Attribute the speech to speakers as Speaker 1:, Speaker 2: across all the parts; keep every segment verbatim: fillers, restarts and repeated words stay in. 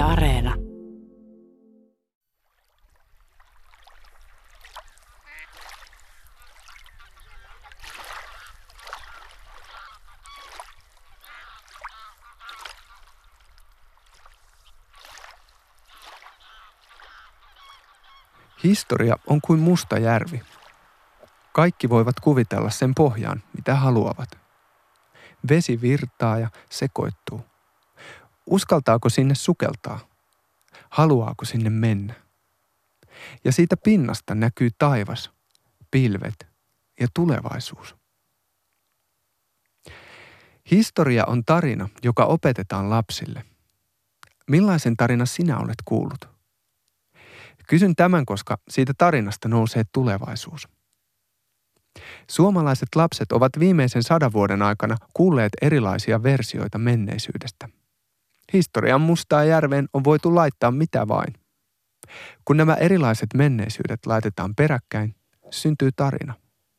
Speaker 1: Areena.
Speaker 2: Historia on kuin musta järvi. Kaikki voivat kuvitella sen pohjaan, mitä haluavat. Vesi virtaa ja sekoittuu. Uskaltaako sinne sukeltaa? Haluaako sinne mennä? Ja siitä pinnasta näkyy taivas, pilvet ja tulevaisuus. Historia on tarina, joka opetetaan lapsille. Millaisen tarinan sinä olet kuullut? Kysyn tämän, koska siitä tarinasta nousee tulevaisuus. Suomalaiset lapset ovat viimeisen sadan vuoden aikana kuulleet erilaisia versioita menneisyydestä. Historian mustaan järveen on voitu laittaa mitä vain. Kun nämä erilaiset menneisyydet laitetaan peräkkäin, syntyy tarina.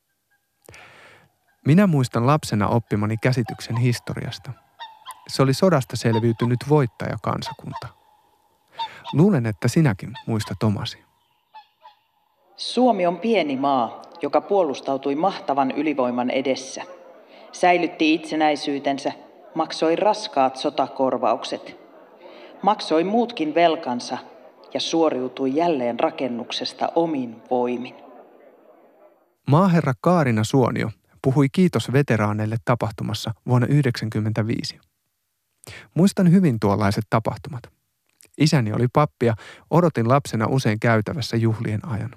Speaker 2: Minä muistan lapsena oppimani käsityksen historiasta. Se oli sodasta selviytynyt voittajakansakunta. Luulen, että sinäkin muistat omasi.
Speaker 3: Suomi on pieni maa, joka puolustautui mahtavan ylivoiman edessä. Säilytti itsenäisyytensä, maksoi raskaat sotakorvaukset. Maksoi muutkin velkansa ja suoriutui jälleen rakennuksesta omin voimin.
Speaker 2: Maaherra Kaarina Suonio puhui kiitos veteraaneille tapahtumassa vuonna yhdeksänkymmentäviisi. Muistan hyvin tuollaiset tapahtumat. Isäni oli pappi ja odotin lapsena usein käytävässä juhlien ajan.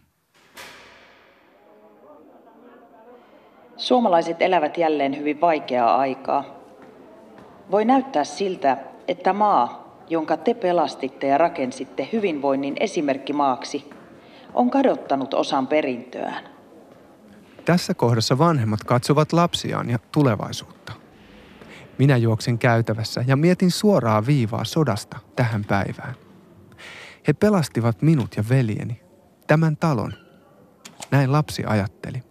Speaker 3: Suomalaiset elävät jälleen hyvin vaikeaa aikaa. Voi näyttää siltä, että maa, jonka te pelastitte ja rakensitte hyvinvoinnin esimerkkimaaksi, on kadottanut osan perintöään.
Speaker 2: Tässä kohdassa vanhemmat katsovat lapsiaan ja tulevaisuutta. Minä juoksin käytävässä ja mietin suoraa viivaa sodasta tähän päivään. He pelastivat minut ja veljeni, tämän talon. Näin lapsi ajatteli.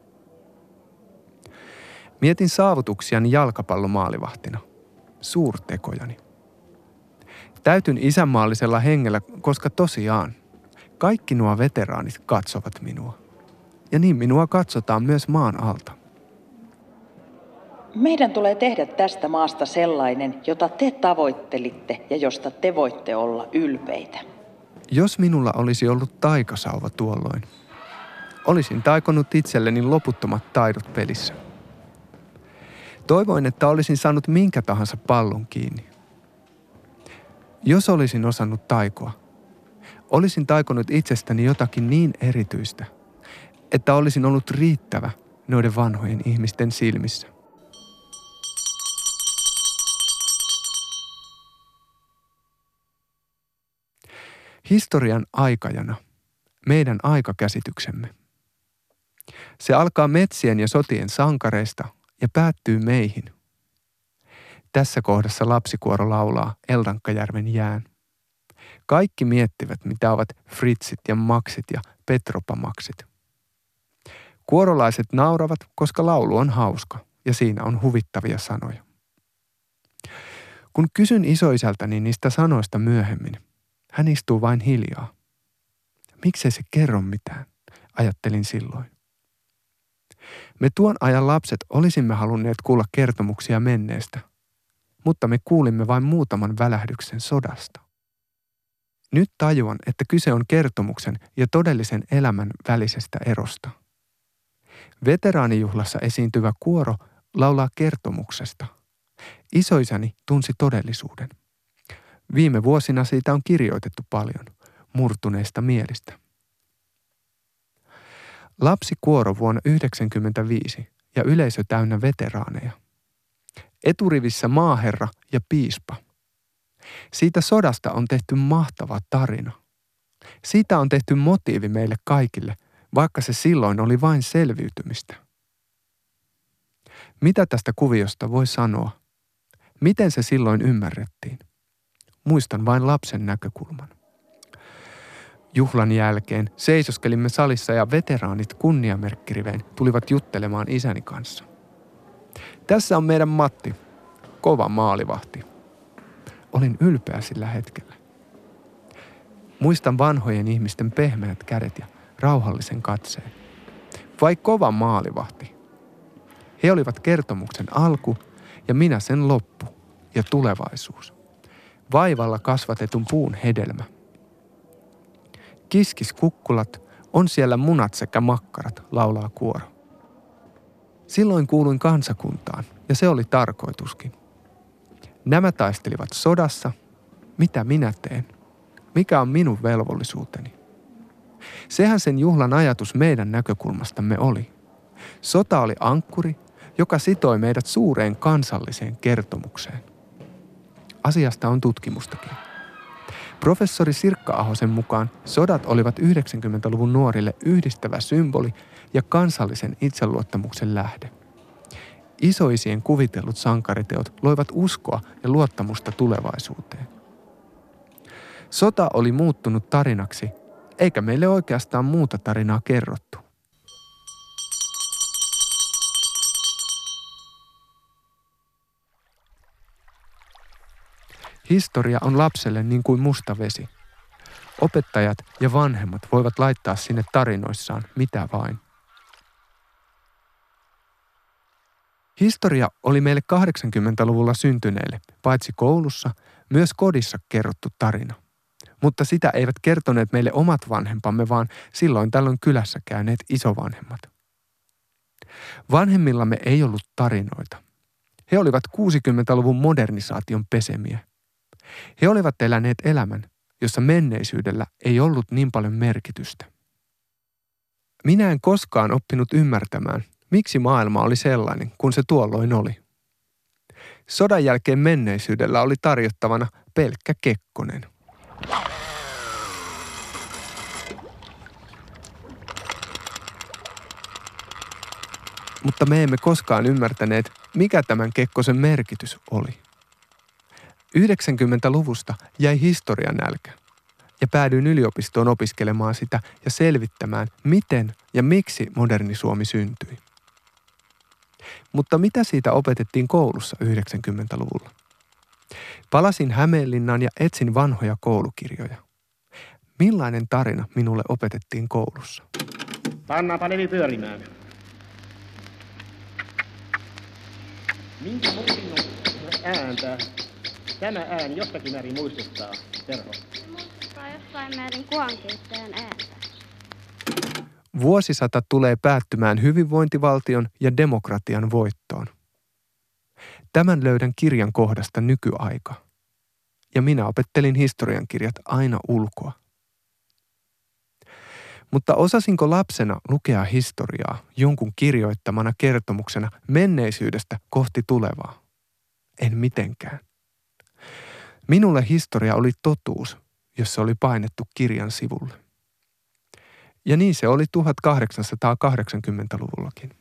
Speaker 2: Mietin saavutuksiani jalkapallomaalivahtina, suurtekojani. Täytyn isänmaallisella hengellä, koska tosiaan kaikki nuo veteraanit katsovat minua. Ja niin minua katsotaan myös maan alta.
Speaker 3: Meidän tulee tehdä tästä maasta sellainen, jota te tavoittelitte ja josta te voitte olla ylpeitä.
Speaker 2: Jos minulla olisi ollut taikasauva tuolloin, olisin taikonut itselleni loputtomat taidot pelissä. Toivoin, että olisin saanut minkä tahansa pallon kiinni. Jos olisin osannut taikoa, olisin taikonut itsestäni jotakin niin erityistä, että olisin ollut riittävä noiden vanhojen ihmisten silmissä. Historian aikajana, meidän aikakäsityksemme. Se alkaa metsien ja sotien sankareista ja päättyy meihin. Tässä kohdassa lapsikuoro laulaa Eldankkajärven jään. Kaikki miettivät, mitä ovat Fritzit ja Maxit ja Petropamaksit. Kuorolaiset nauravat, koska laulu on hauska ja siinä on huvittavia sanoja. Kun kysyn isoisältäni niistä sanoista myöhemmin, hän istuu vain hiljaa. Miksei se kerro mitään, ajattelin silloin. Me tuon ajan lapset olisimme halunneet kuulla kertomuksia menneestä, mutta me kuulimme vain muutaman välähdyksen sodasta. Nyt tajuan, että kyse on kertomuksen ja todellisen elämän välisestä erosta. Veteraanijuhlassa esiintyvä kuoro laulaa kertomuksesta. Isoisäni tunsi todellisuuden. Viime vuosina siitä on kirjoitettu paljon, murtuneista mielistä. Lapsikuoro vuonna yhdeksänkymmentäviisi ja yleisö täynnä veteraaneja. Eturivissä maaherra ja piispa. Siitä sodasta on tehty mahtava tarina. Siitä on tehty motiivi meille kaikille, vaikka se silloin oli vain selviytymistä. Mitä tästä kuviosta voi sanoa? Miten se silloin ymmärrettiin? Muistan vain lapsen näkökulman. Juhlan jälkeen seisoskelimme salissa ja veteraanit kunniamerkkiriveen tulivat juttelemaan isäni kanssa. Tässä on meidän Matti, kova maalivahti. Olin ylpeä sillä hetkellä. Muistan vanhojen ihmisten pehmeät kädet ja rauhallisen katseen. Vai kova maalivahti. He olivat kertomuksen alku ja minä sen loppu ja tulevaisuus. Vaivalla kasvatetun puun hedelmä. Kiskiskukkulat, on siellä munat sekä makkarat, laulaa kuoro. Silloin kuuluin kansakuntaan ja se oli tarkoituskin. Nämä taistelivat sodassa. Mitä minä teen? Mikä on minun velvollisuuteni? Sehän sen juhlan ajatus meidän näkökulmastamme oli. Sota oli ankkuri, joka sitoi meidät suureen kansalliseen kertomukseen. Asiasta on tutkimustakin. Professori Sirkka Ahosen mukaan sodat olivat yhdeksänkymmentäluvun nuorille yhdistävä symboli ja kansallisen itseluottamuksen lähde. Isoisien kuvitellut sankariteot loivat uskoa ja luottamusta tulevaisuuteen. Sota oli muuttunut tarinaksi, eikä meille oikeastaan muuta tarinaa kerrottu. Historia on lapselle niin kuin musta vesi. Opettajat ja vanhemmat voivat laittaa sinne tarinoissaan mitä vain. Historia oli meille kahdeksankymmentäluvulla syntyneille, paitsi koulussa, myös kodissa kerrottu tarina. Mutta sitä eivät kertoneet meille omat vanhempamme, vaan silloin tällöin kylässä käyneet isovanhemmat. Vanhemmillamme ei ollut tarinoita. He olivat kuusikymmentäluvun modernisaation pesemiä. He olivat eläneet elämän, jossa menneisyydellä ei ollut niin paljon merkitystä. Minä en koskaan oppinut ymmärtämään, miksi maailma oli sellainen, kun se tuolloin oli. Sodan jälkeen menneisyydellä oli tarjottavana pelkkä Kekkonen. Mutta me emme koskaan ymmärtäneet, mikä tämän Kekkosen merkitys oli. yhdeksänkymmentäluvusta jäi historian nälkä ja päädyin yliopistoon opiskelemaan sitä ja selvittämään, miten ja miksi moderni Suomi syntyi. Mutta mitä siitä opetettiin koulussa yhdeksänkymmentäluvulla? Palasin Hämeenlinnaan ja etsin vanhoja koulukirjoja. Millainen tarina minulle opetettiin koulussa?
Speaker 1: Pannaanpa levi pyörimään. Minkä muuten ääntä tämä ääni jostakin määrin muistuttaa, Terho?
Speaker 4: Se muistuttaa jossain määrin kuhankeittäjän ääntä.
Speaker 2: Vuosisata tulee päättymään hyvinvointivaltion ja demokratian voittoon. Tämän löydän kirjan kohdasta Nykyaika. Ja minä opettelin historiankirjat aina ulkoa. Mutta osasinko lapsena lukea historiaa jonkun kirjoittamana kertomuksena menneisyydestä kohti tulevaa? En mitenkään. Minulle historia oli totuus, jossa oli painettu kirjan sivulle. Ja niin se oli tuhatkahdeksansataakahdeksankymmentäluvullakin.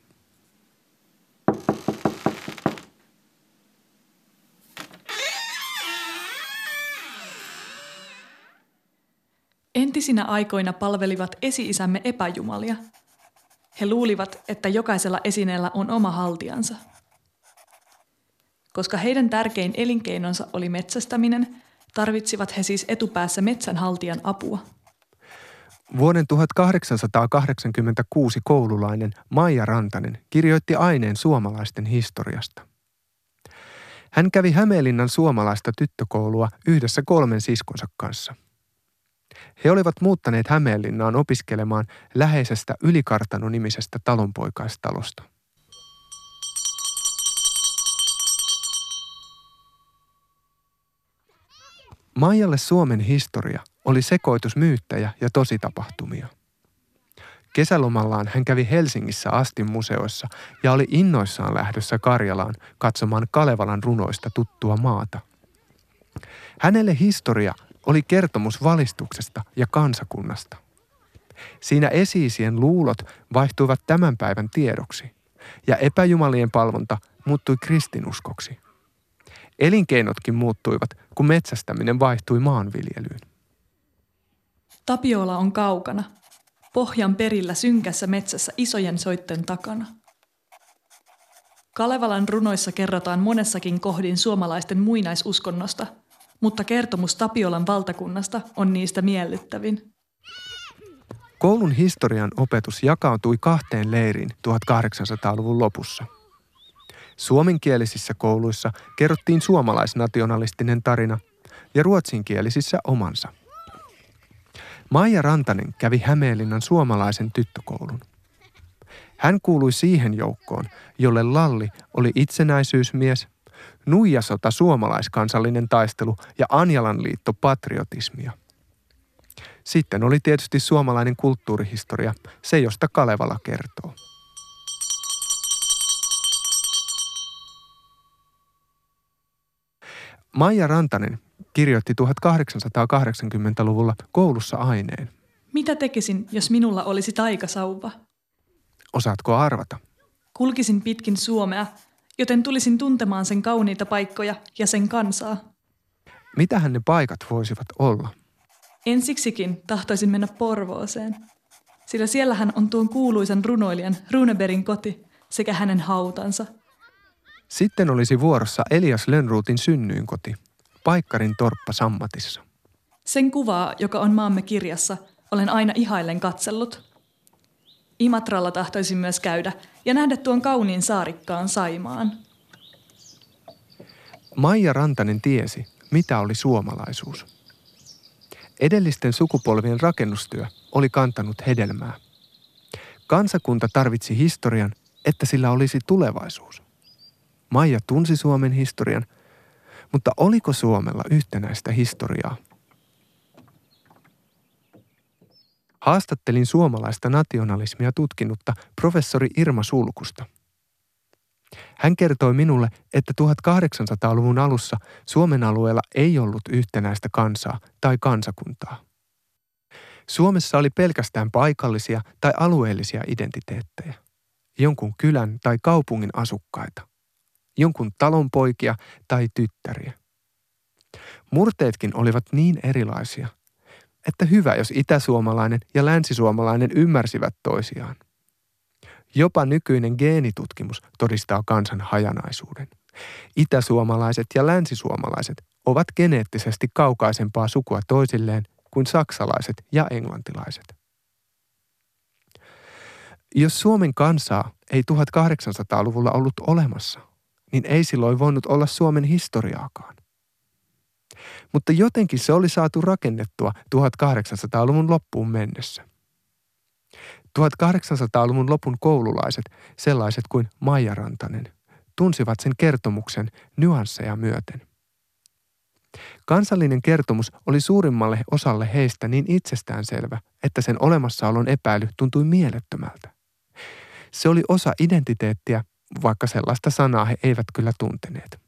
Speaker 5: Entisinä aikoina palvelivat esi-isämme epäjumalia. He luulivat, että jokaisella esineellä on oma haltijansa. Koska heidän tärkein elinkeinonsa oli metsästäminen, tarvitsivat he siis etupäässä metsänhaltijan apua.
Speaker 2: Vuoden tuhatkahdeksansataakahdeksankymmentäkuusi koululainen Maija Rantanen kirjoitti aineen suomalaisten historiasta. Hän kävi Hämeenlinnan suomalaista tyttökoulua yhdessä kolmen siskonsa kanssa. He olivat muuttaneet Hämeenlinnaan opiskelemaan läheisestä Ylikartano-nimisestä talonpoikaistalosta. Maijalle Suomen historia oli sekoitus myyttejä ja tositapahtumia. Kesälomallaan hän kävi Helsingissä Astin museoissa ja oli innoissaan lähdössä Karjalaan katsomaan Kalevalan runoista tuttua maata. Hänelle historia oli kertomus valistuksesta ja kansakunnasta. Siinä esi-isien luulot vaihtuivat tämän päivän tiedoksi ja epäjumalien palvonta muuttui kristinuskoksi. Elinkeinotkin muuttuivat, kun metsästäminen vaihtui maanviljelyyn.
Speaker 5: Tapiola on kaukana, pohjan perillä synkässä metsässä isojen soitten takana. Kalevalan runoissa kerrotaan monessakin kohdin suomalaisten muinaisuskonnosta, mutta kertomus Tapiolan valtakunnasta on niistä miellyttävin.
Speaker 2: Koulun historian opetus jakautui kahteen leiriin tuhatkahdeksansataaluvun lopussa. Suomenkielisissä kouluissa kerrottiin suomalaisnationalistinen tarina ja ruotsinkielisissä omansa. Maija Rantanen kävi Hämeenlinnan suomalaisen tyttökoulun. Hän kuului siihen joukkoon, jolle Lalli oli itsenäisyysmies, Nuijasota suomalaiskansallinen taistelu ja Anjalan liitto patriotismia. Sitten oli tietysti suomalainen kulttuurihistoria, se josta Kalevala kertoo. Maija Rantanen kirjoitti tuhatkahdeksansataakahdeksankymmentäluvulla koulussa aineen.
Speaker 5: Mitä tekisin, jos minulla olisi taikasauva?
Speaker 2: Osaatko arvata?
Speaker 5: Kulkisin pitkin Suomea, joten tulisin tuntemaan sen kauniita paikkoja ja sen kansaa.
Speaker 2: Mitähän ne paikat voisivat olla?
Speaker 5: Ensiksikin tahtoisin mennä Porvooseen, sillä siellähän on tuon kuuluisan runoilijan Runebergin koti sekä hänen hautansa.
Speaker 2: Sitten olisi vuorossa Elias Lönnrotin synnyinkoti, Paikkarin torppa Sammatissa.
Speaker 5: Sen kuvaa, joka on maamme kirjassa, olen aina ihaillen katsellut. Imatralla tahtoisin myös käydä ja nähdä tuon kauniin saarikkaan Saimaan.
Speaker 2: Maija Rantanen tiesi, mitä oli suomalaisuus. Edellisten sukupolvien rakennustyö oli kantanut hedelmää. Kansakunta tarvitsi historian, että sillä olisi tulevaisuus. Maija tunsi Suomen historian, mutta oliko Suomella yhtenäistä historiaa? Haastattelin suomalaista nationalismia tutkinutta professori Irma Sulkusta. Hän kertoi minulle, että tuhatkahdeksansataaluvun alussa Suomen alueella ei ollut yhtenäistä kansaa tai kansakuntaa. Suomessa oli pelkästään paikallisia tai alueellisia identiteettejä, jonkun kylän tai kaupungin asukkaita, jonkun talon poikia tai tyttäriä. Murteetkin olivat niin erilaisia, että hyvä, jos itäsuomalainen ja länsisuomalainen ymmärsivät toisiaan. Jopa nykyinen geenitutkimus todistaa kansan hajanaisuuden. Itäsuomalaiset ja länsisuomalaiset ovat geneettisesti kaukaisempaa sukua toisilleen kuin saksalaiset ja englantilaiset. Jos Suomen kansaa ei tuhatkahdeksansataaluvulla ollut olemassa, niin ei silloin voinut olla Suomen historiaakaan. Mutta jotenkin se oli saatu rakennettua tuhatkahdeksansataaluvun loppuun mennessä. tuhatkahdeksansataaluvun lopun koululaiset, sellaiset kuin Maija Rantanen, tunsivat sen kertomuksen nyansseja myöten. Kansallinen kertomus oli suurimmalle osalle heistä niin itsestäänselvä, että sen olemassaolon epäily tuntui mielettömältä. Se oli osa identiteettiä, vaikka sellaista sanaa he eivät kyllä tunteneet.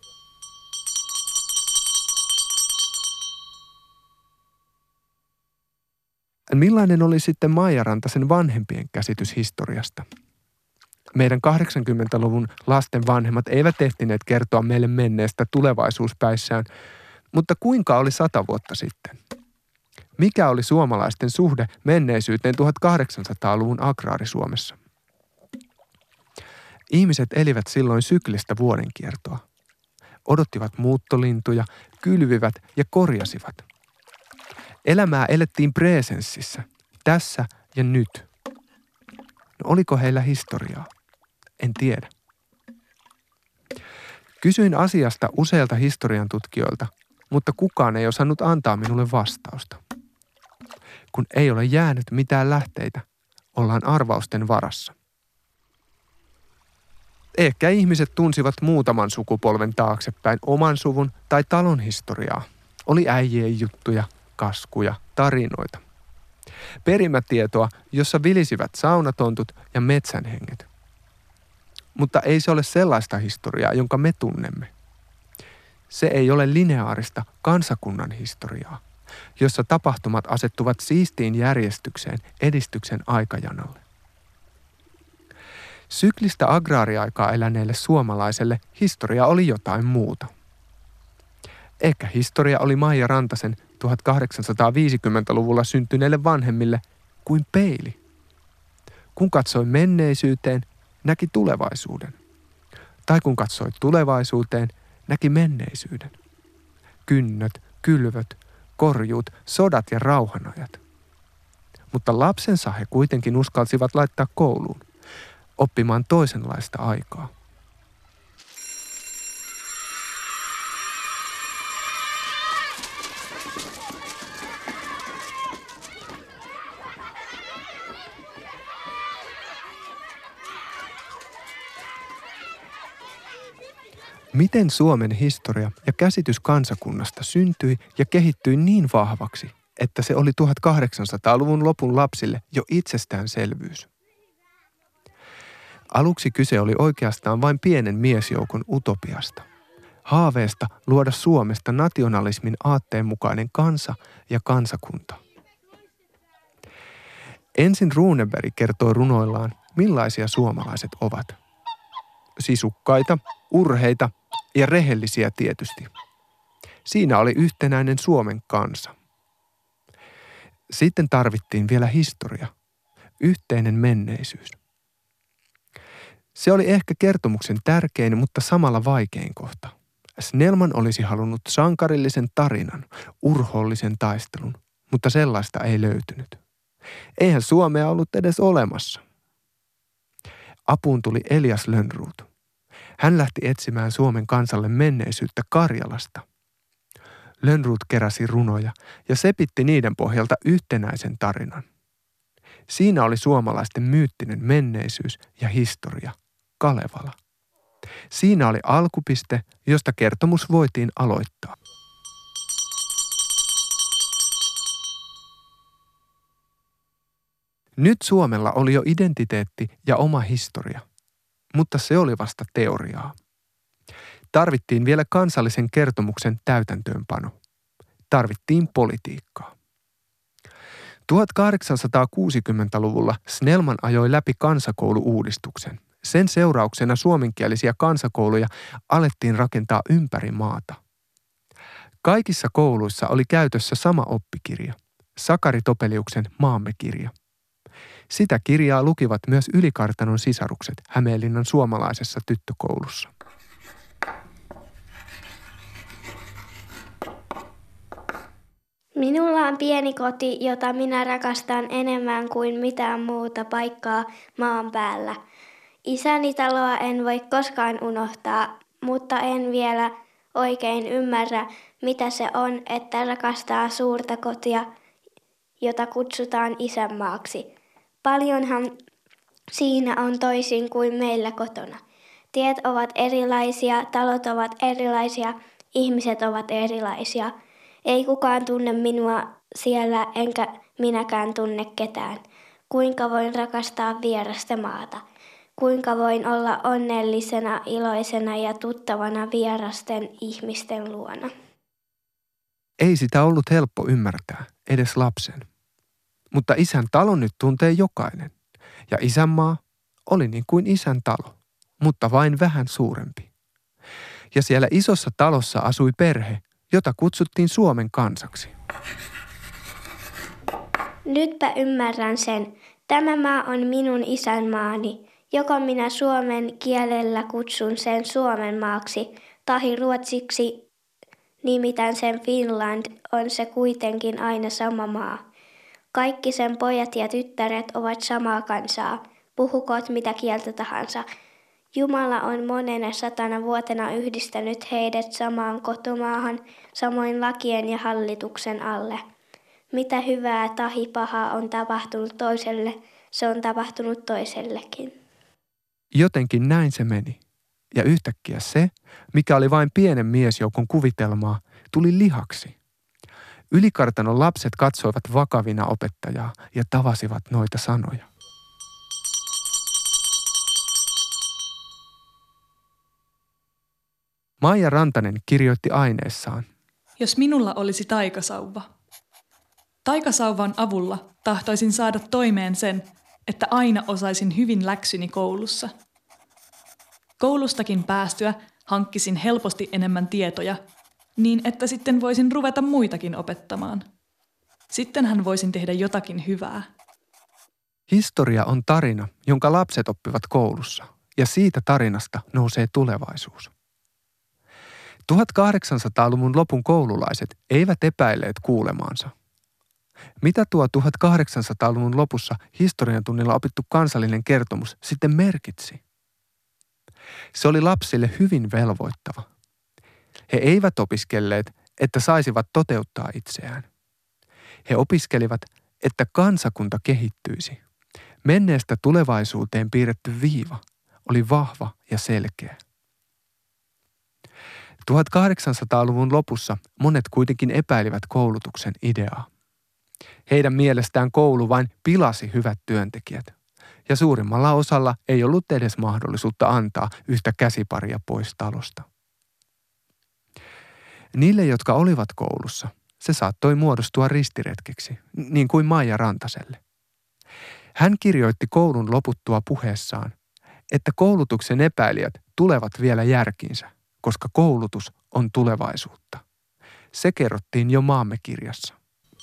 Speaker 2: Millainen oli sitten Maija Rantasen vanhempien käsitys historiasta? Meidän kahdeksankymmentäluvun lasten vanhemmat eivät ehtineet kertoa meille menneestä tulevaisuuspäissään, mutta kuinka oli sata vuotta sitten? Mikä oli suomalaisten suhde menneisyyteen tuhatkahdeksansataaluvun agraarisuomessa? Ihmiset elivät silloin syklistä vuodenkiertoa. Odottivat muuttolintuja, kylvivät ja korjasivat. Elämää elettiin presenssissä, tässä ja nyt. No, oliko heillä historiaa? En tiedä. Kysyin asiasta useilta historian tutkijoilta, mutta kukaan ei osannut antaa minulle vastausta. Kun ei ole jäänyt mitään lähteitä, ollaan arvausten varassa. Ehkä ihmiset tunsivat muutaman sukupolven taaksepäin oman suvun tai talon historiaa. Oli äijien juttuja, kaskuja, tarinoita. Perimätietoa, jossa vilisivät saunatontut ja metsänhenget. Mutta ei se ole sellaista historiaa, jonka me tunnemme. Se ei ole lineaarista kansakunnan historiaa, jossa tapahtumat asettuvat siistiin järjestykseen edistyksen aikajanalle. Syklistä agraariaikaa eläneelle suomalaiselle historia oli jotain muuta. Ehkä historia oli Maija Rantasen tuhatkahdeksansataaviisikymmentäluvulla syntyneille vanhemmille kuin peili. Kun katsoi menneisyyteen, näki tulevaisuuden. Tai kun katsoi tulevaisuuteen, näki menneisyyden. kynnöt, kylvöt, korjuut, sodat ja rauhanajat. Mutta lapsensa he kuitenkin uskalsivat laittaa kouluun, oppimaan toisenlaista aikaa. Miten Suomen historia ja käsitys kansakunnasta syntyi ja kehittyi niin vahvaksi, että se oli tuhatkahdeksansataaluvun lopun lapsille jo itsestäänselvyys? Aluksi kyse oli oikeastaan vain pienen miesjoukon utopiasta, haaveesta luoda Suomesta nationalismin aatteen mukainen kansa ja kansakunta. Ensin Runeberg kertoo runoillaan, millaisia suomalaiset ovat. Sisukkaita, urheita ja rehellisiä tietysti. Siinä oli yhtenäinen Suomen kansa. Sitten tarvittiin vielä historia, yhteinen menneisyys. Se oli ehkä kertomuksen tärkein, mutta samalla vaikein kohta. Snellman olisi halunnut sankarillisen tarinan, urhoollisen taistelun, mutta sellaista ei löytynyt. Eihän Suomea ollut edes olemassa. Apuun tuli Elias Lönnrot. Hän lähti etsimään Suomen kansalle menneisyyttä Karjalasta. Lönnrot keräsi runoja ja sepitti niiden pohjalta yhtenäisen tarinan. Siinä oli suomalaisten myyttinen menneisyys ja historia, Kalevala. Siinä oli alkupiste, josta kertomus voitiin aloittaa. Nyt Suomella oli jo identiteetti ja oma historia, mutta se oli vasta teoriaa. Tarvittiin vielä kansallisen kertomuksen täytäntöönpano. Tarvittiin politiikkaa. tuhatkahdeksansataakuusikymmentäluvulla Snellman ajoi läpi kansakoulu-uudistuksen. Sen seurauksena suomenkielisiä kansakouluja alettiin rakentaa ympäri maata. Kaikissa kouluissa oli käytössä sama oppikirja, Sakari Topeliuksen Maamme kirja. Sitä kirjaa lukivat myös Ylikartanon sisarukset Hämeenlinnan suomalaisessa tyttökoulussa.
Speaker 6: Minulla on pieni koti, jota minä rakastan enemmän kuin mitään muuta paikkaa maan päällä. Isäni taloa en voi koskaan unohtaa, mutta en vielä oikein ymmärrä, mitä se on, että rakastaa suurta kotia, jota kutsutaan isänmaaksi. Paljonhan siinä on toisin kuin meillä kotona. Tiet ovat erilaisia, talot ovat erilaisia, ihmiset ovat erilaisia. Ei kukaan tunne minua siellä, enkä minäkään tunne ketään. Kuinka voin rakastaa vierasta maata? Kuinka voin olla onnellisena, iloisena ja tuttavana vierasten ihmisten luona?
Speaker 2: Ei sitä ollut helppo ymmärtää, edes lapsen. Mutta isän talo nyt tuntee jokainen. Ja isänmaa oli niin kuin isän talo, mutta vain vähän suurempi. Ja siellä isossa talossa asui perhe, jota kutsuttiin Suomen kansaksi.
Speaker 6: Nytpä ymmärrän sen. Tämä maa on minun isänmaani. Joko minä suomen kielellä kutsun sen Suomen maaksi, tahi ruotsiksi nimitän sen Finland, on se kuitenkin aina sama maa. Kaikki sen pojat ja tyttäret ovat samaa kansaa, puhukoot mitä kieltä tahansa. Jumala on monena satana vuotena yhdistänyt heidät samaan kotomaahan, samoin lakien ja hallituksen alle. Mitä hyvää tahi pahaa on tapahtunut toiselle, se on tapahtunut toisellekin.
Speaker 2: Jotenkin näin se meni. Ja yhtäkkiä se, mikä oli vain pienen miesjoukon kuvitelmaa, tuli lihaksi. Ylikartanon lapset katsoivat vakavina opettajaa ja tavasivat noita sanoja. Maija Rantanen kirjoitti aineessaan.
Speaker 5: Jos minulla olisi taikasauva. Taikasauvan avulla tahtoisin saada toimeen sen, että aina osaisin hyvin läksyni koulussa. Koulustakin päästyä hankkisin helposti enemmän tietoja, niin että sitten voisin ruveta muitakin opettamaan. Sittenhän voisin tehdä jotakin hyvää.
Speaker 2: Historia on tarina, jonka lapset oppivat koulussa, ja siitä tarinasta nousee tulevaisuus. tuhatkahdeksansataaluvun lopun koululaiset eivät epäilleet kuulemaansa. Mitä tuo tuhatkahdeksansataaluvun lopussa historian tunnilla opittu kansallinen kertomus sitten merkitsi? Se oli lapsille hyvin velvoittava. He eivät opiskelleet, että saisivat toteuttaa itseään. He opiskelivat, että kansakunta kehittyisi. Menneestä tulevaisuuteen piirretty viiva oli vahva ja selkeä. tuhatkahdeksansataaluvun lopussa monet kuitenkin epäilivät koulutuksen ideaa. Heidän mielestään koulu vain pilasi hyvät työntekijät, ja suurimmalla osalla ei ollut edes mahdollisuutta antaa yhtä käsiparia pois talosta. Niille, jotka olivat koulussa, se saattoi muodostua ristiretkeksi, niin kuin Maija Rantaselle. Hän kirjoitti koulun loputtua puheessaan, että koulutuksen epäilijät tulevat vielä järkiinsä, koska koulutus on tulevaisuutta. Se kerrottiin jo Maamme kirjassa.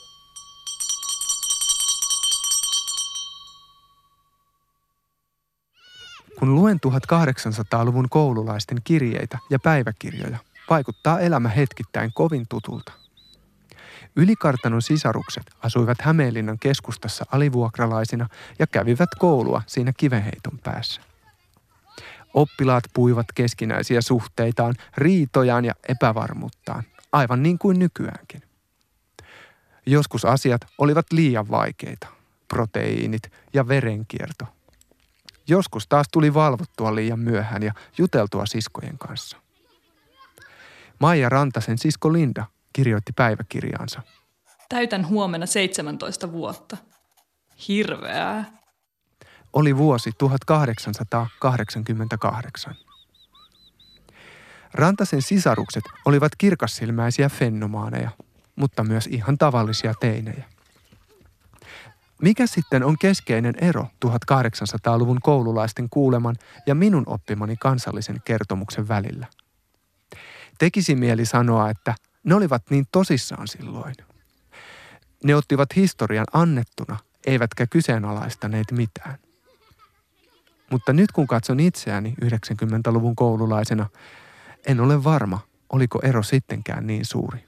Speaker 2: Kun luen tuhatkahdeksansataaluvun koululaisten kirjeitä ja päiväkirjoja, vaikuttaa elämä hetkittäin kovin tutulta. Ylikartanon sisarukset asuivat Hämeenlinnan keskustassa alivuokralaisina ja kävivät koulua siinä kivenheiton päässä. Oppilaat puivat keskinäisiä suhteitaan, riitojaan ja epävarmuuttaan, aivan niin kuin nykyäänkin. Joskus asiat olivat liian vaikeita, proteiinit ja verenkierto. Joskus taas tuli valvottua liian myöhään ja juteltua siskojen kanssa. Maija Rantasen sisko Linda kirjoitti päiväkirjaansa.
Speaker 5: Täytän huomenna seitsemäntoista vuotta. Hirveää.
Speaker 2: Oli vuosi tuhatkahdeksansataakahdeksankymmentäkahdeksan. Rantasen sisarukset olivat kirkassilmäisiä fennomaaneja, mutta myös ihan tavallisia teinejä. Mikä sitten on keskeinen ero tuhatkahdeksansataaluvun koululaisten kuuleman ja minun oppimani kansallisen kertomuksen välillä? Tekisi mieli sanoa, että ne olivat niin tosissaan silloin. Ne ottivat historian annettuna, eivätkä kyseenalaistaneet mitään. Mutta nyt kun katson itseäni yhdeksänkymmentäluvun koululaisena, en ole varma, oliko ero sittenkään niin suuri.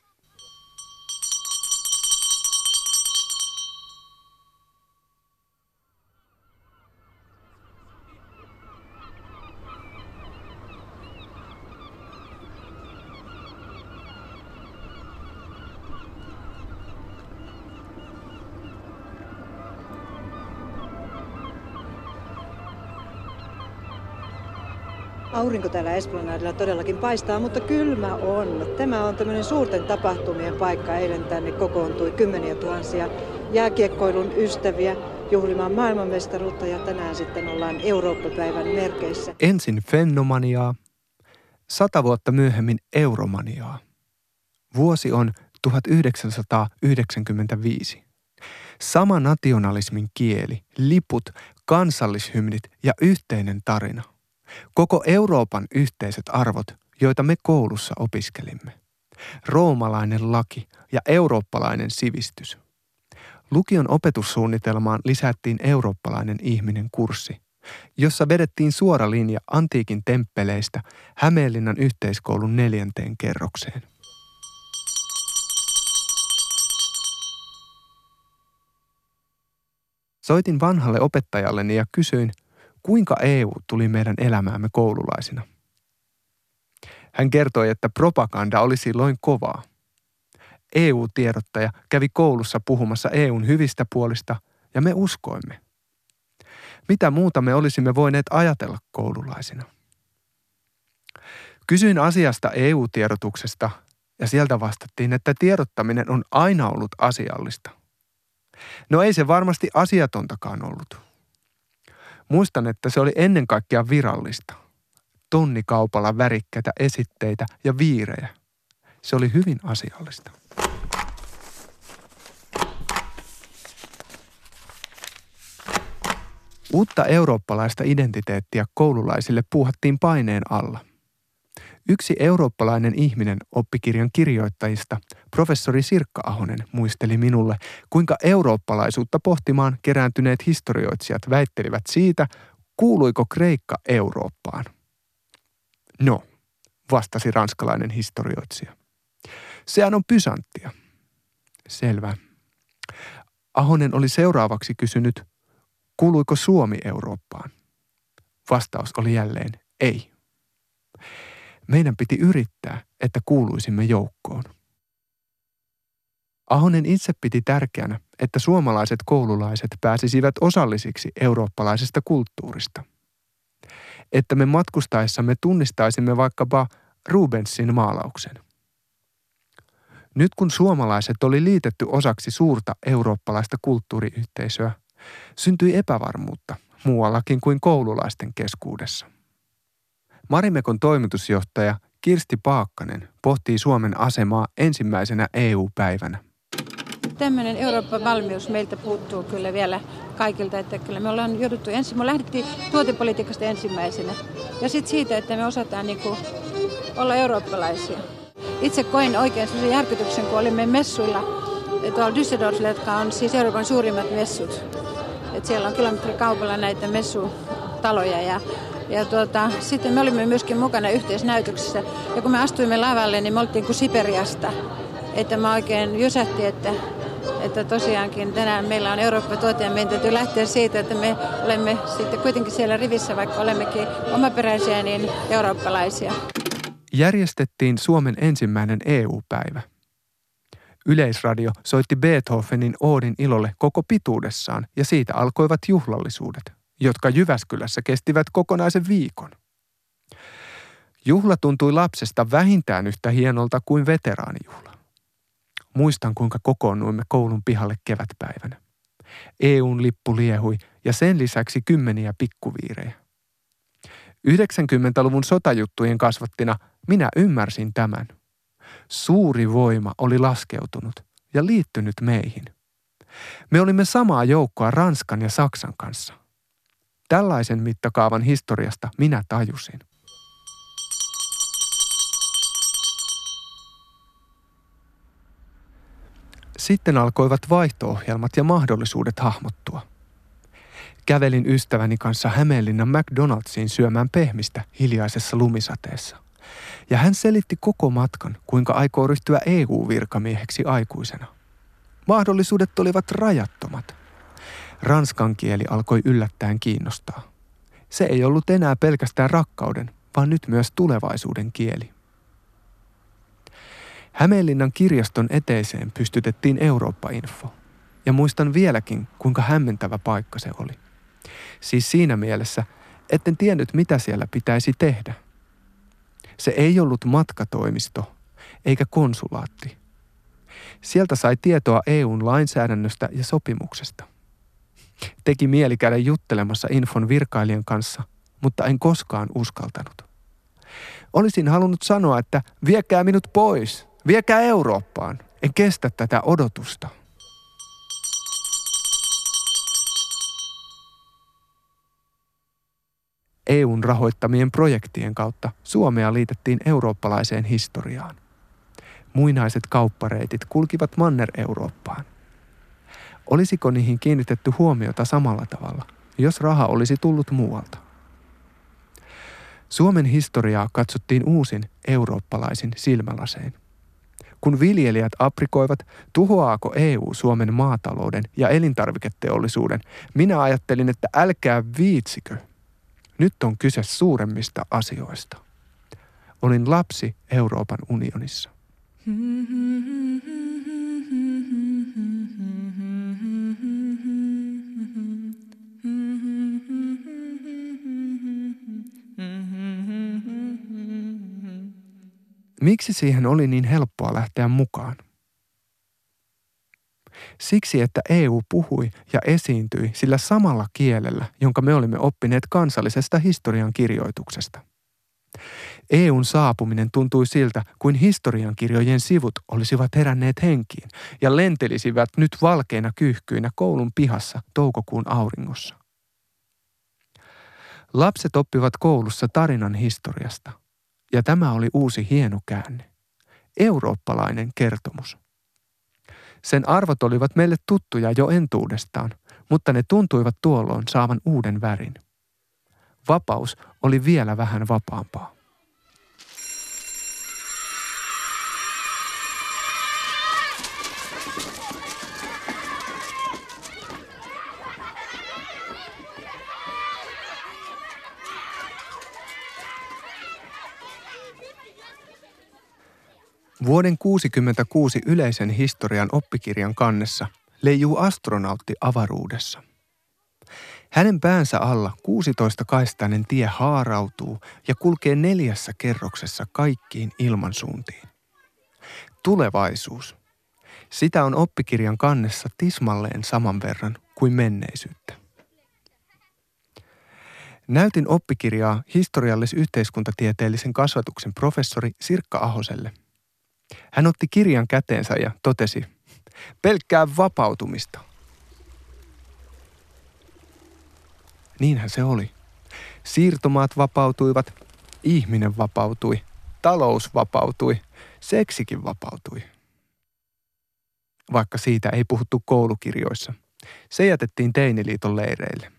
Speaker 7: Aurinko täällä Esplanadilla todellakin paistaa, mutta kylmä on. Tämä on tämmöinen suurten tapahtumien paikka. Eilen tänne kokoontui kymmeniä tuhansia jääkiekkoilun ystäviä juhlimaan maailmanmestaruutta ja tänään sitten ollaan Eurooppa-päivän merkeissä.
Speaker 2: Ensin fennomaniaa, sata vuotta myöhemmin euromaniaa. Vuosi on tuhatyhdeksänsataayhdeksänkymmentäviisi. Sama nationalismin kieli, liput, kansallishymnit ja yhteinen tarina. Koko Euroopan yhteiset arvot, joita me koulussa opiskelimme. Roomalainen laki ja eurooppalainen sivistys. Lukion opetussuunnitelmaan lisättiin eurooppalainen ihminen kurssi, jossa vedettiin suora linja antiikin temppeleistä Hämeenlinnan yhteiskoulun neljänteen kerrokseen. Soitin vanhalle opettajalleni ja kysyin, kuinka E U tuli meidän elämäämme koululaisina. Hän kertoi, että propaganda oli silloin kovaa. E U-tiedottaja kävi koulussa puhumassa E U:n hyvistä puolista ja me uskoimme. Mitä muuta me olisimme voineet ajatella koululaisina? Kysyin asiasta E U-tiedotuksesta ja sieltä vastattiin, että tiedottaminen on aina ollut asiallista. No ei se varmasti asiatontakaan ollut. Muistan, että se oli ennen kaikkea virallista. Tonnikaupalla värikkäitä esitteitä ja viirejä. Se oli hyvin asiallista. Uutta eurooppalaista identiteettiä koululaisille puuhattiin paineen alla. Yksi eurooppalainen ihminen oppikirjan kirjoittajista, professori Sirkka Ahonen, muisteli minulle, kuinka eurooppalaisuutta pohtimaan kerääntyneet historioitsijat väittelivät siitä, kuuluiko Kreikka Eurooppaan. No, vastasi ranskalainen historioitsija. Sehän on Bysanttia. Selvä. Ahonen oli seuraavaksi kysynyt, kuuluiko Suomi Eurooppaan? Vastaus oli jälleen ei. Meidän piti yrittää, että kuuluisimme joukkoon. Ahonen itse piti tärkeänä, että suomalaiset koululaiset pääsisivät osallisiksi eurooppalaisesta kulttuurista. Että me matkustaessamme tunnistaisimme vaikkapa Rubensin maalauksen. Nyt kun suomalaiset oli liitetty osaksi suurta eurooppalaista kulttuuriyhteisöä, syntyi epävarmuutta muuallakin kuin koululaisten keskuudessa. Marimekon toimitusjohtaja Kirsti Paakkanen pohtii Suomen asemaa ensimmäisenä E U-päivänä.
Speaker 8: Tämmöinen Euroopan valmius meiltä puuttuu kyllä vielä kaikilta, että kyllä me ollaan jouduttu ensin, me lähdettiin tuotepolitiikasta ensimmäisenä ja sitten siitä, että me osataan niin kuin olla eurooppalaisia. Itse koin oikein sellaisen järkytyksen, kun olimme messuilla tuolla Düsseldorfilla, jotka on siis Euroopan suurimmat messut. Et siellä on kilometrikaupalla näitä messutaloja ja, ja tuota, sitten me olimme myöskin mukana yhteisnäytöksessä. Ja kun me astuimme lavalle, niin me oltiin kuin Siperiasta. Että mä oikein jysähti, että, että tosiaankin tänään meillä on Eurooppa-tuote ja meidän täytyy lähteä siitä, että me olemme sitten kuitenkin siellä rivissä, vaikka olemmekin omaperäisiä, niin eurooppalaisia.
Speaker 2: Järjestettiin Suomen ensimmäinen E U-päivä. Yleisradio soitti Beethovenin Oodin ilolle koko pituudessaan ja siitä alkoivat juhlallisuudet, jotka Jyväskylässä kestivät kokonaisen viikon. Juhla tuntui lapsesta vähintään yhtä hienolta kuin veteraanijuhla. Muistan, kuinka kokoonnuimme koulun pihalle kevätpäivänä. E U:n lippu liehui ja sen lisäksi kymmeniä pikkuviirejä. yhdeksänkymmentäluvun sotajuttujen kasvattina minä ymmärsin tämän. Suuri voima oli laskeutunut ja liittynyt meihin. Me olimme samaa joukkoa Ranskan ja Saksan kanssa. Tällaisen mittakaavan historiasta minä tajusin. Sitten alkoivat vaihto-ohjelmat ja mahdollisuudet hahmottua. Kävelin ystäväni kanssa Hämeenlinnan McDonald'siin syömään pehmistä hiljaisessa lumisateessa. Ja hän selitti koko matkan, kuinka aikoo ryhtyä E U-virkamieheksi aikuisena. Mahdollisuudet olivat rajattomat. Ranskan kieli alkoi yllättäen kiinnostaa. Se ei ollut enää pelkästään rakkauden, vaan nyt myös tulevaisuuden kieli. Hämeenlinnan kirjaston eteiseen pystytettiin Eurooppa-info. Ja muistan vieläkin, kuinka hämmentävä paikka se oli. Siis siinä mielessä, etten tiennyt mitä siellä pitäisi tehdä. Se ei ollut matkatoimisto, eikä konsulaatti. Sieltä sai tietoa E U:n lainsäädännöstä ja sopimuksesta. Teki mieli käydä juttelemassa infon virkailijan kanssa, mutta en koskaan uskaltanut. Olisin halunnut sanoa, että viekää minut pois, viekää Eurooppaan, en kestä tätä odotusta. E U:n rahoittamien projektien kautta Suomea liitettiin eurooppalaiseen historiaan. Muinaiset kauppareitit kulkivat Manner-Eurooppaan. Olisiko niihin kiinnitetty huomiota samalla tavalla, jos raha olisi tullut muualta? Suomen historiaa katsottiin uusin eurooppalaisin silmälasein. Kun viljelijät aprikoivat, tuhoaako E U Suomen maatalouden ja elintarviketeollisuuden, minä ajattelin, että älkää viitsikö. Nyt on kyse suuremmista asioista. Olin lapsi Euroopan unionissa. Miksi siihen oli niin helppoa lähteä mukaan? Siksi, että E U puhui ja esiintyi sillä samalla kielellä, jonka me olimme oppineet kansallisesta historian kirjoituksesta. E U:n saapuminen tuntui siltä, kuin historiankirjojen sivut olisivat heränneet henkiin ja lentelisivät nyt valkeina kyyhkyinä koulun pihassa toukokuun auringossa. Lapset oppivat koulussa tarinan historiasta, ja tämä oli uusi hieno käänne. Eurooppalainen kertomus. Sen arvot olivat meille tuttuja jo entuudestaan, mutta ne tuntuivat tuolloin saavan uuden värin. Vapaus oli vielä vähän vapaampaa. Vuoden kuusikymmentäkuusi yleisen historian oppikirjan kannessa leijuu astronautti avaruudessa. Hänen päänsä alla kuusitoistakaistainen tie haarautuu ja kulkee neljässä kerroksessa kaikkiin ilmansuuntiin. Tulevaisuus. Sitä on oppikirjan kannessa tismalleen saman verran kuin menneisyyttä. Näytin oppikirjaa historiallis-yhteiskuntatieteellisen kasvatuksen professori Sirkka Ahoselle. Hän otti kirjan käteensä ja totesi, pelkkää vapautumista. Niinhän se oli. Siirtomaat vapautuivat, ihminen vapautui, talous vapautui, seksikin vapautui. Vaikka siitä ei puhuttu koulukirjoissa. Se jätettiin Teiniliiton leireille.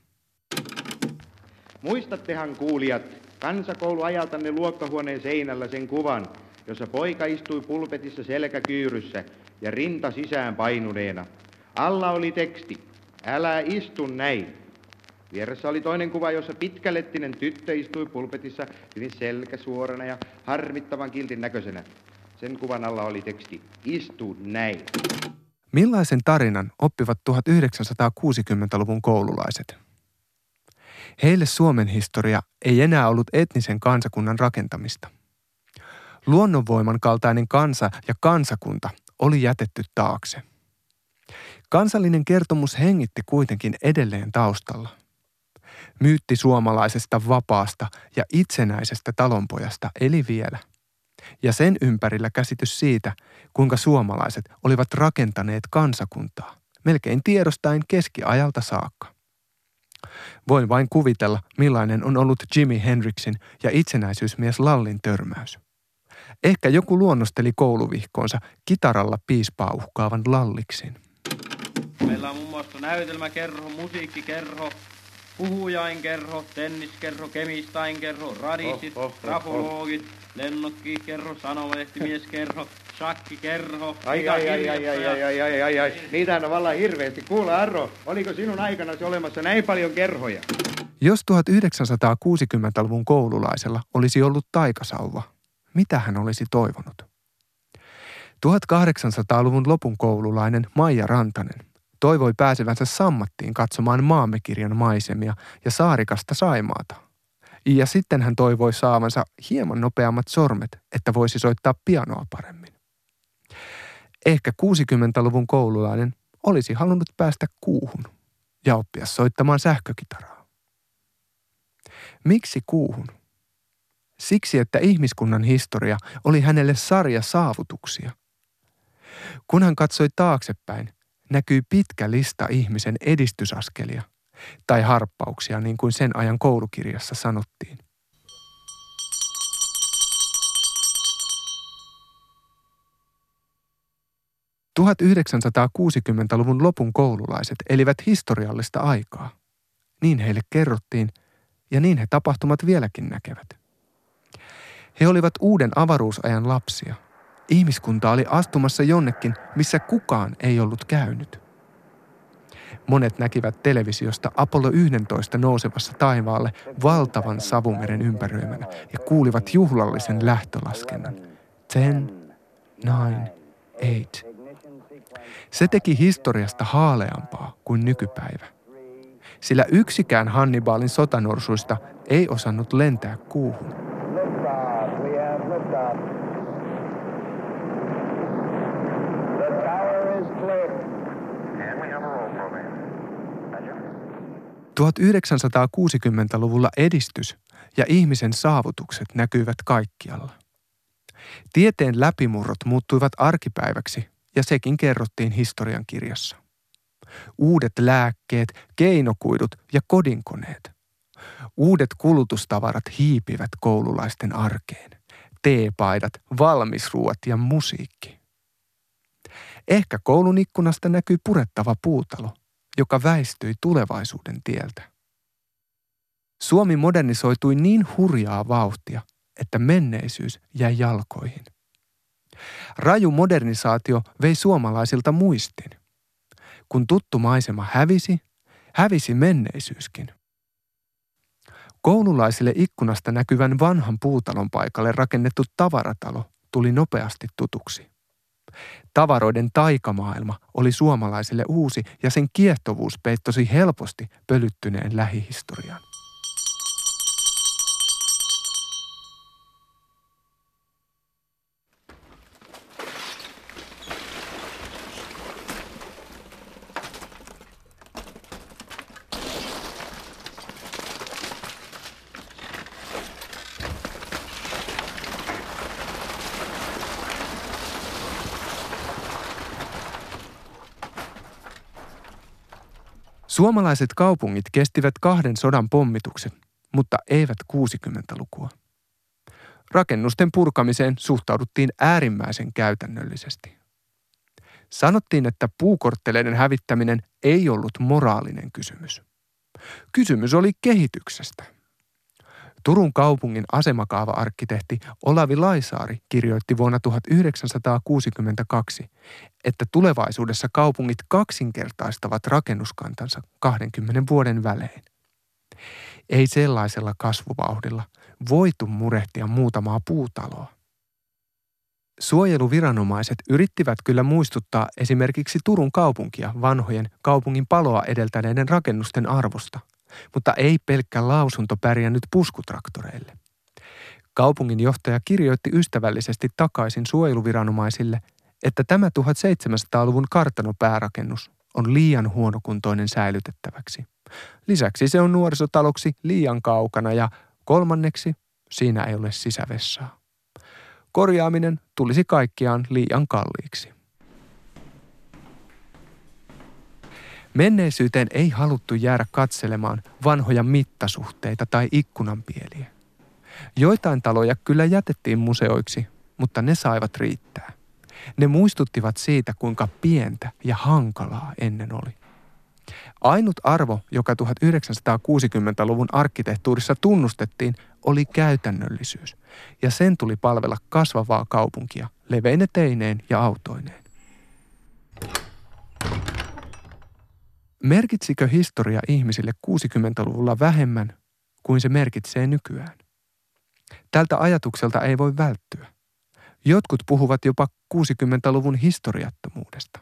Speaker 1: Muistattehan kuulijat kansakouluajaltanne luokkahuoneen seinällä sen kuvan, jossa poika istui pulpetissa selkäkyyryssä ja rinta sisään painuneena. Alla oli teksti, älä istu näin. Vieressä oli toinen kuva, jossa pitkälettinen tyttö istui pulpetissa hyvin selkä suorana ja harmittavan kiltin näköisenä. Sen kuvan alla oli teksti, istu näin.
Speaker 2: Millaisen tarinan oppivat tuhatyhdeksänsataakuusikymmentäluvun koululaiset? Heille Suomen historia ei enää ollut etnisen kansakunnan rakentamista. Luonnonvoiman kaltainen kansa ja kansakunta oli jätetty taakse. Kansallinen kertomus hengitti kuitenkin edelleen taustalla. Myytti suomalaisesta vapaasta ja itsenäisestä talonpojasta eli vielä. Ja sen ympärillä käsitys siitä, kuinka suomalaiset olivat rakentaneet kansakuntaa, melkein tiedostaen keskiajalta saakka. Voin vain kuvitella, millainen on ollut Jimi Hendrixin ja itsenäisyysmies Lallin törmäys. Ehkä joku luonnosteli kouluvihkoonsa kitaralla piispaa uhkaavan Lalliksin.
Speaker 9: Meillä on muun muassa näytelmäkerho, musiikkikerho, puhujainkerho, tenniskerho, kemistainkerho, radistit, oh, oh, oh, grafologit, oh. lennokkikerho, sanomalehtimiskerho, shakkikerho.
Speaker 1: Ai ai ai ai ai ai ai ai ai ai. Niitähän on vallan hirveästi. Kuule Arro, oliko sinun aikanasi olemassa näin paljon kerhoja?
Speaker 2: Jos tuhatyhdeksänsataakuusikymmentäluvun koululaisella olisi ollut taikasauva, mitä hän olisi toivonut? tuhatkahdeksansataaluvun lopun koululainen Maija Rantanen toivoi pääsevänsä Sammattiin katsomaan Maamme-kirjan maisemia ja saarikasta Saimaata. Ja sitten hän toivoi saavansa hieman nopeammat sormet, että voisi soittaa pianoa paremmin. Ehkä kuusikymmentäluvun koululainen olisi halunnut päästä kuuhun ja oppia soittamaan sähkökitaraa. Miksi kuuhun? Siksi, että ihmiskunnan historia oli hänelle sarja saavutuksia. Kun hän katsoi taaksepäin, näkyi pitkä lista ihmisen edistysaskelia, tai harppauksia niin kuin sen ajan koulukirjassa sanottiin. tuhatyhdeksänsataakuusikymmentäluvun lopun koululaiset elivät historiallista aikaa. Niin heille kerrottiin, ja niin he tapahtumat vieläkin näkevät. He olivat uuden avaruusajan lapsia. Ihmiskunta oli astumassa jonnekin, missä kukaan ei ollut käynyt. Monet näkivät televisiosta Apollo yksitoista nousevassa taivaalle valtavan savumeren ympäröimänä ja kuulivat juhlallisen lähtölaskennan. Ten, nine, eight. Se teki historiasta haaleampaa kuin nykypäivä. Sillä yksikään Hannibalin sotanorsuista ei osannut lentää kuuhun. tuhatyhdeksänsataakuusikymmentäluvulla edistys ja ihmisen saavutukset näkyivät kaikkialla. Tieteen läpimurrot muuttuivat arkipäiväksi ja sekin kerrottiin historiankirjassa. Uudet lääkkeet, keinokuidut ja kodinkoneet. Uudet kulutustavarat hiipivät koululaisten arkeen. Teepaidat, valmisruuat ja musiikki. Ehkä koulun ikkunasta näkyi purettava puutalo, joka väistyi tulevaisuuden tieltä. Suomi modernisoitui niin hurjaa vauhtia, että menneisyys jäi jalkoihin. Raju modernisaatio vei suomalaisilta muistin. Kun tuttu maisema hävisi, hävisi menneisyyskin. Koululaisille ikkunasta näkyvän vanhan puutalon paikalle rakennettu tavaratalo tuli nopeasti tutuksi. Tavaroiden taikamaailma oli suomalaisille uusi ja sen kiehtovuus peittosi helposti pölyttyneen lähihistorian. Suomalaiset kaupungit kestivät kahden sodan pommituksen, mutta eivät kuusikymmentälukua. Rakennusten purkamiseen suhtauduttiin äärimmäisen käytännöllisesti. Sanottiin, että puukortteleiden hävittäminen ei ollut moraalinen kysymys. Kysymys oli kehityksestä. Turun kaupungin asemakaava-arkkitehti Olavi Laisaari kirjoitti vuonna tuhatyhdeksänsataakuusikymmentäkaksi, että tulevaisuudessa kaupungit kaksinkertaistavat rakennuskantansa kahdenkymmenen vuoden välein. Ei sellaisella kasvuvauhdilla voitu murehtia muutamaa puutaloa. Suojeluviranomaiset yrittivät kyllä muistuttaa esimerkiksi Turun kaupunkia vanhojen kaupungin paloa edeltäneiden rakennusten arvosta, mutta ei pelkkä lausunto pärjännyt puskutraktoreille. Kaupungin johtaja kirjoitti ystävällisesti takaisin suojeluviranomaisille, että tämä tuhatseitsemänsataaluvun kartanopäärakennus on liian huonokuntoinen säilytettäväksi. Lisäksi se on nuorisotaloksi liian kaukana ja kolmanneksi siinä ei ole sisävessaa. Korjaaminen tulisi kaikkiaan liian kalliiksi. Menneisyyteen ei haluttu jäädä katselemaan vanhoja mittasuhteita tai ikkunanpieliä. Joitain taloja kyllä jätettiin museoiksi, mutta ne saivat riittää. Ne muistuttivat siitä, kuinka pientä ja hankalaa ennen oli. Ainut arvo, joka tuhatyhdeksänsataakuusikymmentäluvun arkkitehtuurissa tunnustettiin, oli käytännöllisyys, ja sen tuli palvella kasvavaa kaupunkia leveine teineen ja autoineen. Merkitsikö historia ihmisille kuusikymmentäluvulla vähemmän kuin se merkitsee nykyään? Tältä ajatukselta ei voi välttyä. Jotkut puhuvat jopa kuusikymmentäluvun historiattomuudesta.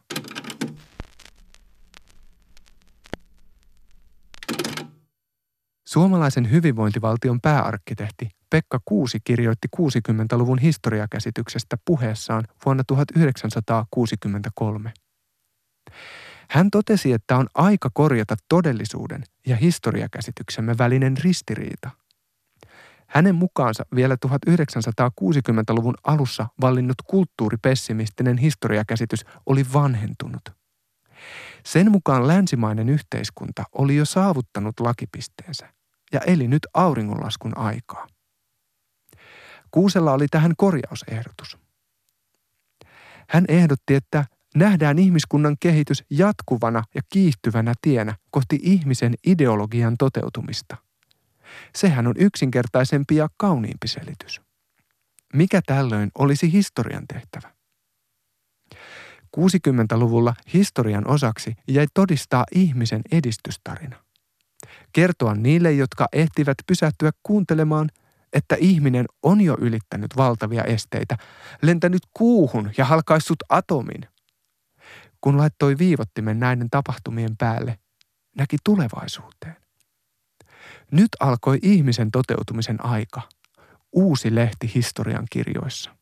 Speaker 2: Suomalaisen hyvinvointivaltion pääarkkitehti Pekka Kuusi kirjoitti kuusikymmentäluvun historiakäsityksestä puheessaan vuonna tuhatyhdeksänsataakuusikymmentäkolme. Hän totesi, että on aika korjata todellisuuden ja historiakäsityksemme välinen ristiriita. Hänen mukaansa vielä tuhatyhdeksänsataakuusikymmentäluvun alussa vallinnut kulttuuripessimistinen historiakäsitys oli vanhentunut. Sen mukaan länsimainen yhteiskunta oli jo saavuttanut lakipisteensä ja eli nyt auringonlaskun aikaa. Kuusella oli tähän korjausehdotus. Hän ehdotti, että nähdään ihmiskunnan kehitys jatkuvana ja kiihtyvänä tienä kohti ihmisen ideologian toteutumista. Sehän on yksinkertaisempi ja kauniimpi selitys. Mikä tällöin olisi historian tehtävä? kuusikymmentäluvulla historian osaksi jäi todistaa ihmisen edistystarina. Kertoa niille, jotka ehtivät pysähtyä kuuntelemaan, että ihminen on jo ylittänyt valtavia esteitä, lentänyt kuuhun ja halkaissut atomin. Kun laittoi viivottimen näiden tapahtumien päälle, näki tulevaisuuteen. Nyt alkoi ihmisen toteutumisen aika, uusi lehti historian kirjoissa.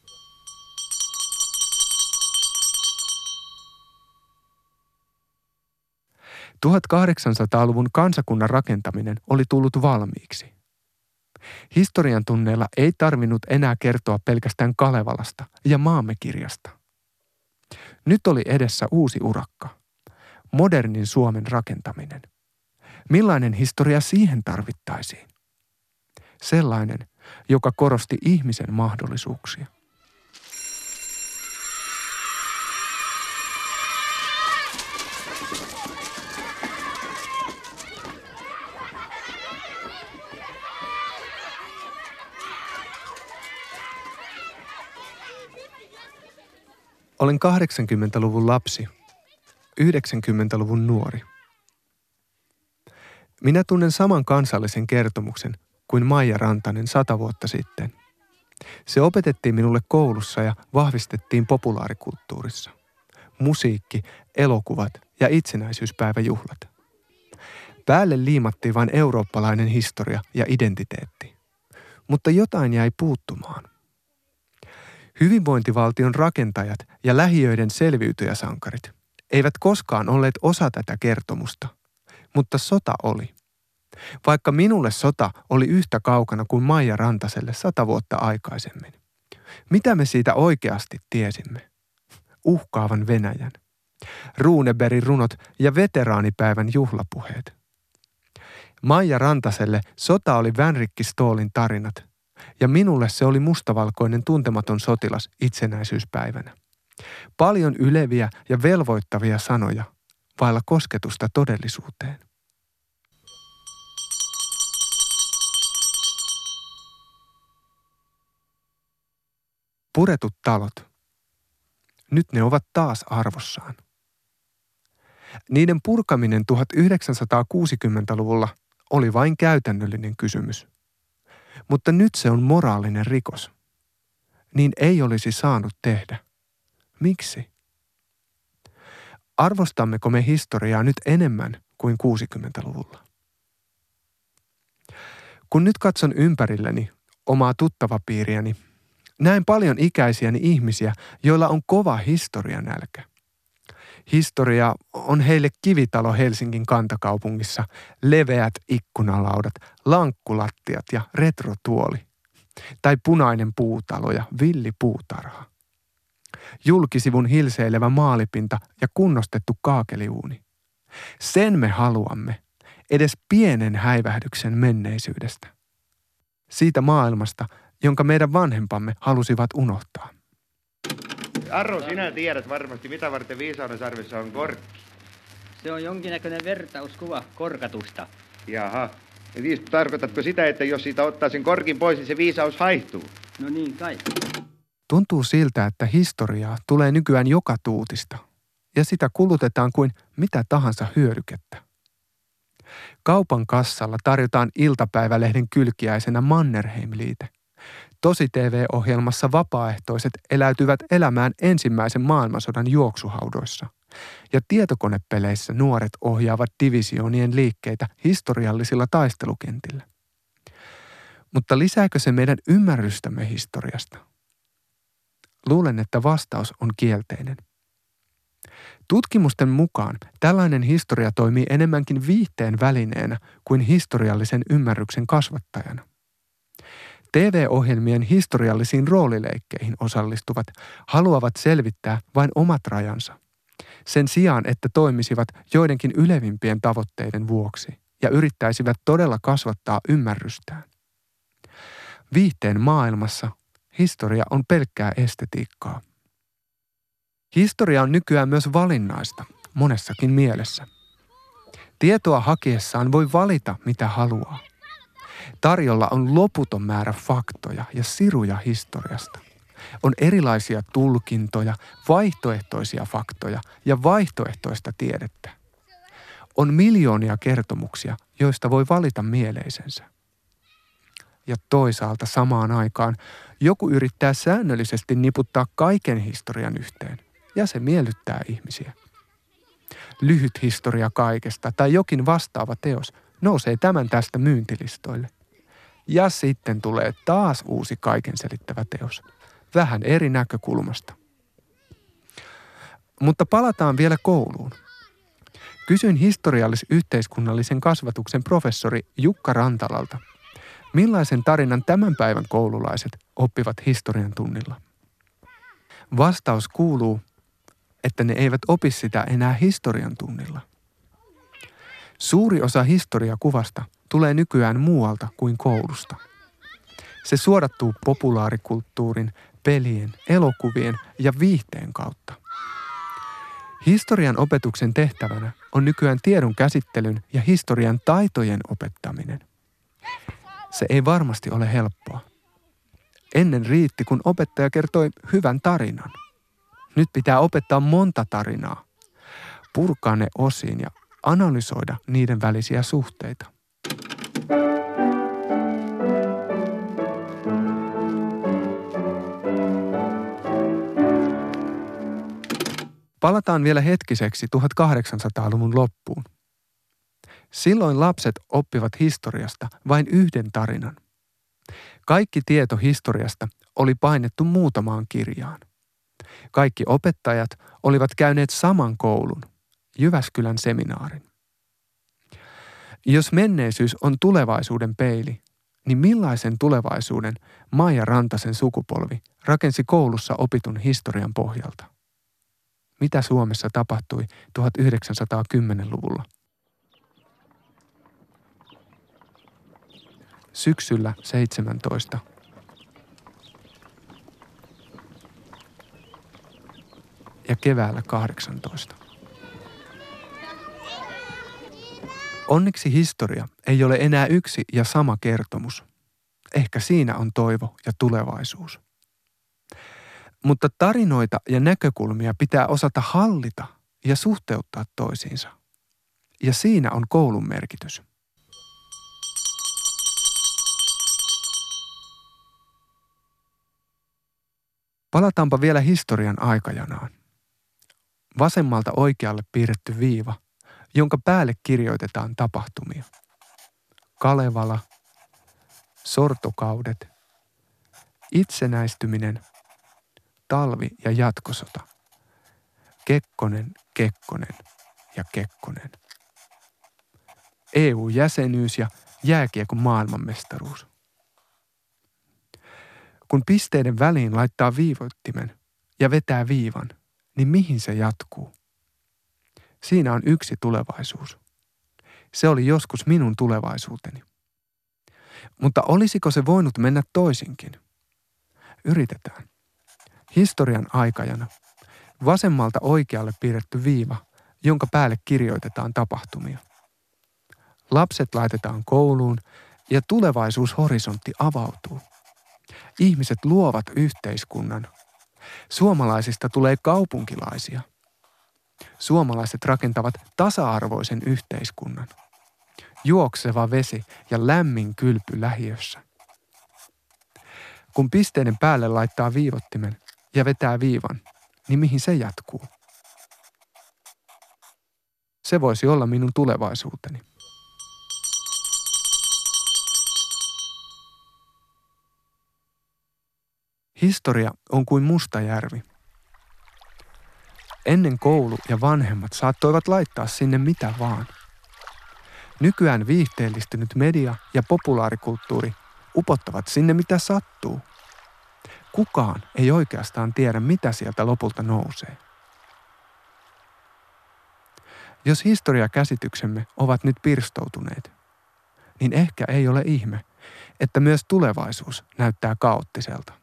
Speaker 2: tuhatkahdeksansataaluvun kansakunnan rakentaminen oli tullut valmiiksi. Historian tunneilla ei tarvinnut enää kertoa pelkästään Kalevalasta ja maamme kirjasta. Nyt oli edessä uusi urakka, modernin Suomen rakentaminen. Millainen historia siihen tarvittaisiin? Sellainen, joka korosti ihmisen mahdollisuuksia. Olen kahdeksankymmentäluvun lapsi, yhdeksänkymmentäluvun nuori. Minä tunnen saman kansallisen kertomuksen kuin Maija Rantanen sata vuotta sitten. Se opetettiin minulle koulussa ja vahvistettiin populaarikulttuurissa. Musiikki, elokuvat ja itsenäisyyspäiväjuhlat. Päälle liimattiin vain eurooppalainen historia ja identiteetti. Mutta jotain jäi puuttumaan. Hyvinvointivaltion rakentajat ja lähiöiden selviytyjäsankarit eivät koskaan olleet osa tätä kertomusta, mutta sota oli. Vaikka minulle sota oli yhtä kaukana kuin Maija Rantaselle sata vuotta aikaisemmin. Mitä me siitä oikeasti tiesimme? Uhkaavan Venäjän, Runebergin runot ja veteraanipäivän juhlapuheet. Maija Rantaselle sota oli Vänrikki Stoolin tarinat, ja minulle se oli mustavalkoinen tuntematon sotilas itsenäisyyspäivänä. Paljon yleviä ja velvoittavia sanoja, vailla kosketusta todellisuuteen. Puretut talot. Nyt ne ovat taas arvossaan. Niiden purkaminen tuhatyhdeksänsataakuusikymmentäluvulla oli vain käytännöllinen kysymys. Mutta nyt se on moraalinen rikos. Niin ei olisi saanut tehdä. Miksi? Arvostammeko me historiaa nyt enemmän kuin kuusikymmentäluvulla? Kun nyt katson ympärilleni omaa tuttavapiiriäni, näen paljon ikäisiäni ihmisiä, joilla on kova historianälkä. Historia on heille kivitalo Helsingin kantakaupungissa, leveät ikkunalaudat, lankkulattiat ja retrotuoli. Tai punainen puutalo ja villipuutarha. Julkisivun hilseilevä maalipinta ja kunnostettu kaakeliuuni. Sen me haluamme, edes pienen häivähdyksen menneisyydestä. Siitä maailmasta, jonka meidän vanhempamme halusivat unohtaa.
Speaker 1: Arro, sinä tiedät varmasti, mitä varten viisauden sarvessa on korkki.
Speaker 10: Se on jonkinnäköinen vertauskuva korkatusta.
Speaker 1: Jaha. Ja siis tarkoitatko sitä, että jos siitä ottaa sen korkin pois, niin se viisaus haihtuu?
Speaker 10: No niin kai.
Speaker 2: Tuntuu siltä, että historiaa tulee nykyään joka tuutista. Ja sitä kulutetaan kuin mitä tahansa hyödykettä. Kaupan kassalla tarjotaan iltapäivälehden kylkiäisenä Mannerheim-liite. Tosi T V-ohjelmassa vapaaehtoiset eläytyvät elämään ensimmäisen maailmansodan juoksuhaudoissa. Ja tietokonepeleissä nuoret ohjaavat divisioonien liikkeitä historiallisilla taistelukentillä. Mutta lisääkö se meidän ymmärrystämme historiasta? Luulen, että vastaus on kielteinen. Tutkimusten mukaan tällainen historia toimii enemmänkin viihteen välineenä kuin historiallisen ymmärryksen kasvattajana. T V-ohjelmien historiallisiin roolileikkeihin osallistuvat haluavat selvittää vain omat rajansa. Sen sijaan, että toimisivat joidenkin ylevimpien tavoitteiden vuoksi ja yrittäisivät todella kasvattaa ymmärrystään. Viihteen maailmassa historia on pelkkää estetiikkaa. Historia on nykyään myös valinnaista, monessakin mielessä. Tietoa hakiessaan voi valita, mitä haluaa. Tarjolla on loputon määrä faktoja ja siruja historiasta. On erilaisia tulkintoja, vaihtoehtoisia faktoja ja vaihtoehtoista tiedettä. On miljoonia kertomuksia, joista voi valita mieleisensä. Ja toisaalta samaan aikaan joku yrittää säännöllisesti niputtaa kaiken historian yhteen, ja se miellyttää ihmisiä. Lyhyt historia kaikesta tai jokin vastaava teos nousee tämän tästä myyntilistoille. Ja sitten tulee taas uusi kaiken selittävä teos, vähän eri näkökulmasta. Mutta palataan vielä kouluun. Kysyin historiallis-yhteiskunnallisen kasvatuksen professori Jukka Rantalalta, millaisen tarinan tämän päivän koululaiset oppivat historian tunnilla. Vastaus kuuluu, että ne eivät opi sitä enää historian tunnilla. Suuri osa historiakuvasta tulee nykyään muualta kuin koulusta. Se suodattuu populaarikulttuurin, pelien, elokuvien ja viihteen kautta. Historian opetuksen tehtävänä on nykyään tiedon käsittelyn ja historian taitojen opettaminen. Se ei varmasti ole helppoa. Ennen riitti, kun opettaja kertoi hyvän tarinan. Nyt pitää opettaa monta tarinaa, purkaa ne osiin ja analysoida niiden välisiä suhteita. Palataan vielä hetkiseksi tuhatkahdeksansataaluvun loppuun. Silloin lapset oppivat historiasta vain yhden tarinan. Kaikki tieto historiasta oli painettu muutamaan kirjaan. Kaikki opettajat olivat käyneet saman koulun, Jyväskylän seminaarin. Jos menneisyys on tulevaisuuden peili, niin millaisen tulevaisuuden Maija Rantasen sukupolvi rakensi koulussa opitun historian pohjalta? Mitä Suomessa tapahtui tuhatyhdeksänsataakymmenluvulla? Syksyllä seitsemäntoista. Ja keväällä kahdeksantoista. Onneksi historia ei ole enää yksi ja sama kertomus. Ehkä siinä on toivo ja tulevaisuus. Mutta tarinoita ja näkökulmia pitää osata hallita ja suhteuttaa toisiinsa. Ja siinä on koulun merkitys. Palataanpa vielä historian aikajanaan. Vasemmalta oikealle piirretty viiva, jonka päälle kirjoitetaan tapahtumia. Kalevala, sortokaudet, itsenäistyminen, talvi ja jatkosota, Kekkonen, Kekkonen ja Kekkonen. E U-jäsenyys ja jääkiekon maailmanmestaruus. Kun pisteiden väliin laittaa viivoittimen ja vetää viivan, niin mihin se jatkuu? Siinä on yksi tulevaisuus. Se oli joskus minun tulevaisuuteni. Mutta olisiko se voinut mennä toisinkin? Yritetään. Historian aikajana vasemmalta oikealle piirretty viiva, jonka päälle kirjoitetaan tapahtumia. Lapset laitetaan kouluun ja tulevaisuushorisontti avautuu. Ihmiset luovat yhteiskunnan. Suomalaisista tulee kaupunkilaisia. Suomalaiset rakentavat tasa-arvoisen yhteiskunnan. Juokseva vesi ja lämmin kylpy lähiössä. Kun pisteiden päälle laittaa viivottimen ja vetää viivan, niin mihin se jatkuu? Se voisi olla minun tulevaisuuteni. Historia on kuin Mustajärvi. Ennen koulu ja vanhemmat saattoivat laittaa sinne mitä vaan. Nykyään viihteellistynyt media ja populaarikulttuuri upottavat sinne mitä sattuu. Kukaan ei oikeastaan tiedä, mitä sieltä lopulta nousee. Jos historiakäsityksemme ovat nyt pirstoutuneet, niin ehkä ei ole ihme, että myös tulevaisuus näyttää kaoottiselta.